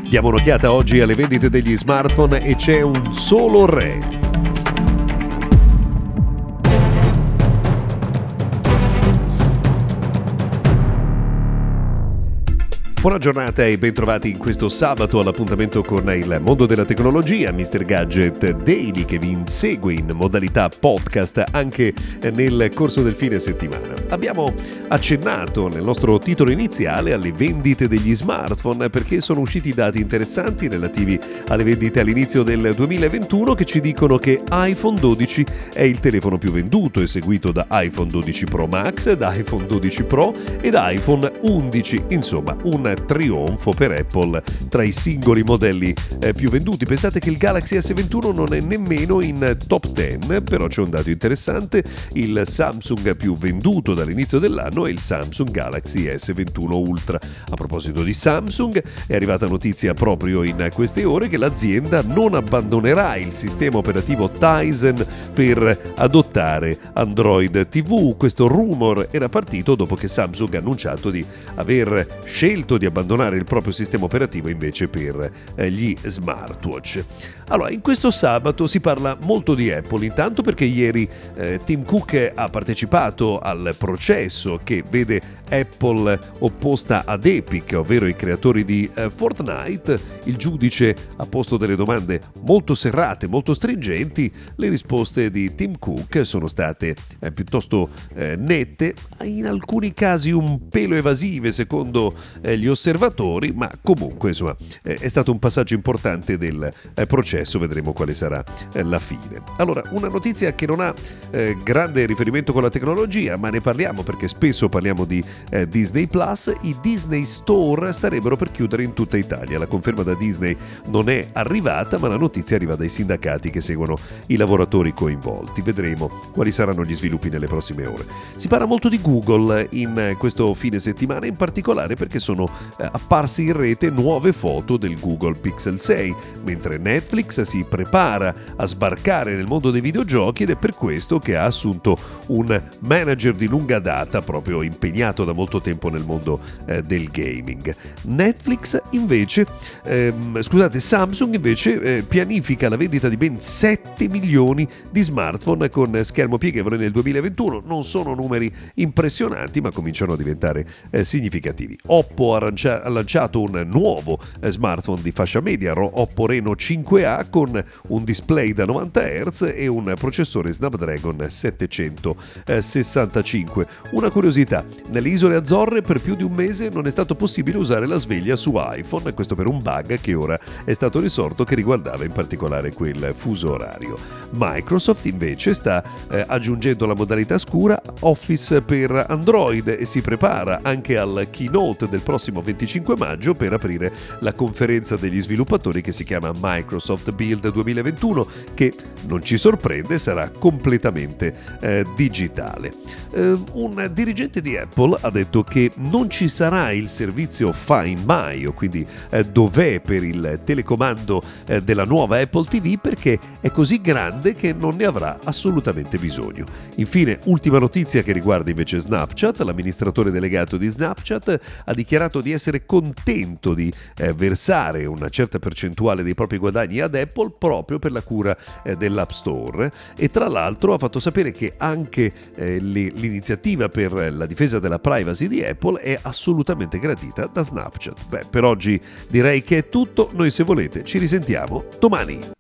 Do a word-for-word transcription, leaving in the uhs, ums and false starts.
Diamo un'occhiata oggi alle vendite degli smartphone e c'è un solo re. Buona giornata e bentrovati in questo sabato all'appuntamento con il mondo della tecnologia, mister Gadget Daily che vi insegue in modalità podcast anche nel corso del fine settimana. Abbiamo accennato nel nostro titolo iniziale alle vendite degli smartphone perché sono usciti dati interessanti relativi alle vendite all'inizio del duemilaventuno che ci dicono che iPhone dodici è il telefono più venduto e seguito da iPhone dodici Pro Max, da iPhone dodici Pro e da iPhone undici, insomma un trionfo per Apple tra i singoli modelli eh, più venduti. Pensate che il Galaxy S ventuno non è nemmeno in top dieci, però c'è un dato interessante: il Samsung più venduto dall'inizio dell'anno è il Samsung Galaxy S ventuno Ultra. A proposito di Samsung, è arrivata notizia proprio in queste ore che l'azienda non abbandonerà il sistema operativo Tizen per adottare Android T V. Questo rumor era partito dopo che Samsung ha annunciato di aver scelto di abbandonare il proprio sistema operativo invece per eh, gli smartwatch. Allora, in questo sabato si parla molto di Apple, intanto perché ieri eh, Tim Cook ha partecipato al processo che vede Apple opposta ad Epic, ovvero i creatori di eh, Fortnite. Il giudice ha posto delle domande molto serrate, molto stringenti. Le risposte di Tim Cook sono state eh, piuttosto eh, nette, in alcuni casi un pelo evasive secondo eh, gli osservatori, ma comunque insomma eh, è stato un passaggio importante del eh, processo. Vedremo quale sarà eh, la fine. Allora, una notizia che non ha eh, grande riferimento con la tecnologia, ma ne parliamo perché spesso parliamo di eh, Disney Plus. I Disney Store starebbero per chiudere in tutta Italia. La conferma da Disney non è arrivata, ma la notizia arriva dai sindacati che seguono i lavoratori coinvolti. Vedremo quali saranno gli sviluppi nelle prossime ore. Si parla molto di Google in questo fine settimana, in particolare perché sono eh, apparse in rete nuove foto del Google Pixel sei, mentre Netflix si prepara a sbarcare nel mondo dei videogiochi ed è per questo che ha assunto un manager di lunga data proprio impegnato da molto tempo nel mondo eh, del gaming. Netflix invece, ehm, scusate, Samsung invece eh, pianifica la vendita di ben sette milioni di smartphone con schermo pieghevole nel duemilaventuno. Non sono numeri impressionanti, ma cominciano a diventare eh, significativi. Oppo ha ha lanciato un nuovo smartphone di fascia media, Oppo Reno cinque A, con un display da novanta hertz e un processore Snapdragon settecentosessantacinque. Una curiosità: nelle isole Azzorre per più di un mese non è stato possibile usare la sveglia su iPhone, questo per un bug che ora è stato risolto, che riguardava in particolare quel fuso orario. Microsoft invece sta eh, aggiungendo la modalità scura Office per Android e si prepara anche al keynote del prossimo venticinque maggio per aprire la conferenza degli sviluppatori che si chiama Microsoft Build duemilaventuno, che non ci sorprende sarà completamente eh, digitale. Eh, un dirigente di Apple ha detto che non ci sarà il servizio Find My, o quindi eh, dov'è, per il telecomando eh, della nuova Apple T V, perché è così grande che non ne avrà assolutamente bisogno. Infine, ultima notizia che riguarda invece Snapchat. L'amministratore delegato di Snapchat ha dichiarato di essere contento di eh, versare una certa percentuale dei propri guadagni ad Apple proprio per la cura eh, dell'App Store, e tra l'altro ha fatto sapere che anche eh, le, l'iniziativa per la difesa della privacy di Apple è assolutamente gradita da Snapchat. Beh, per oggi direi che è tutto. Noi, se volete, ci risentiamo domani.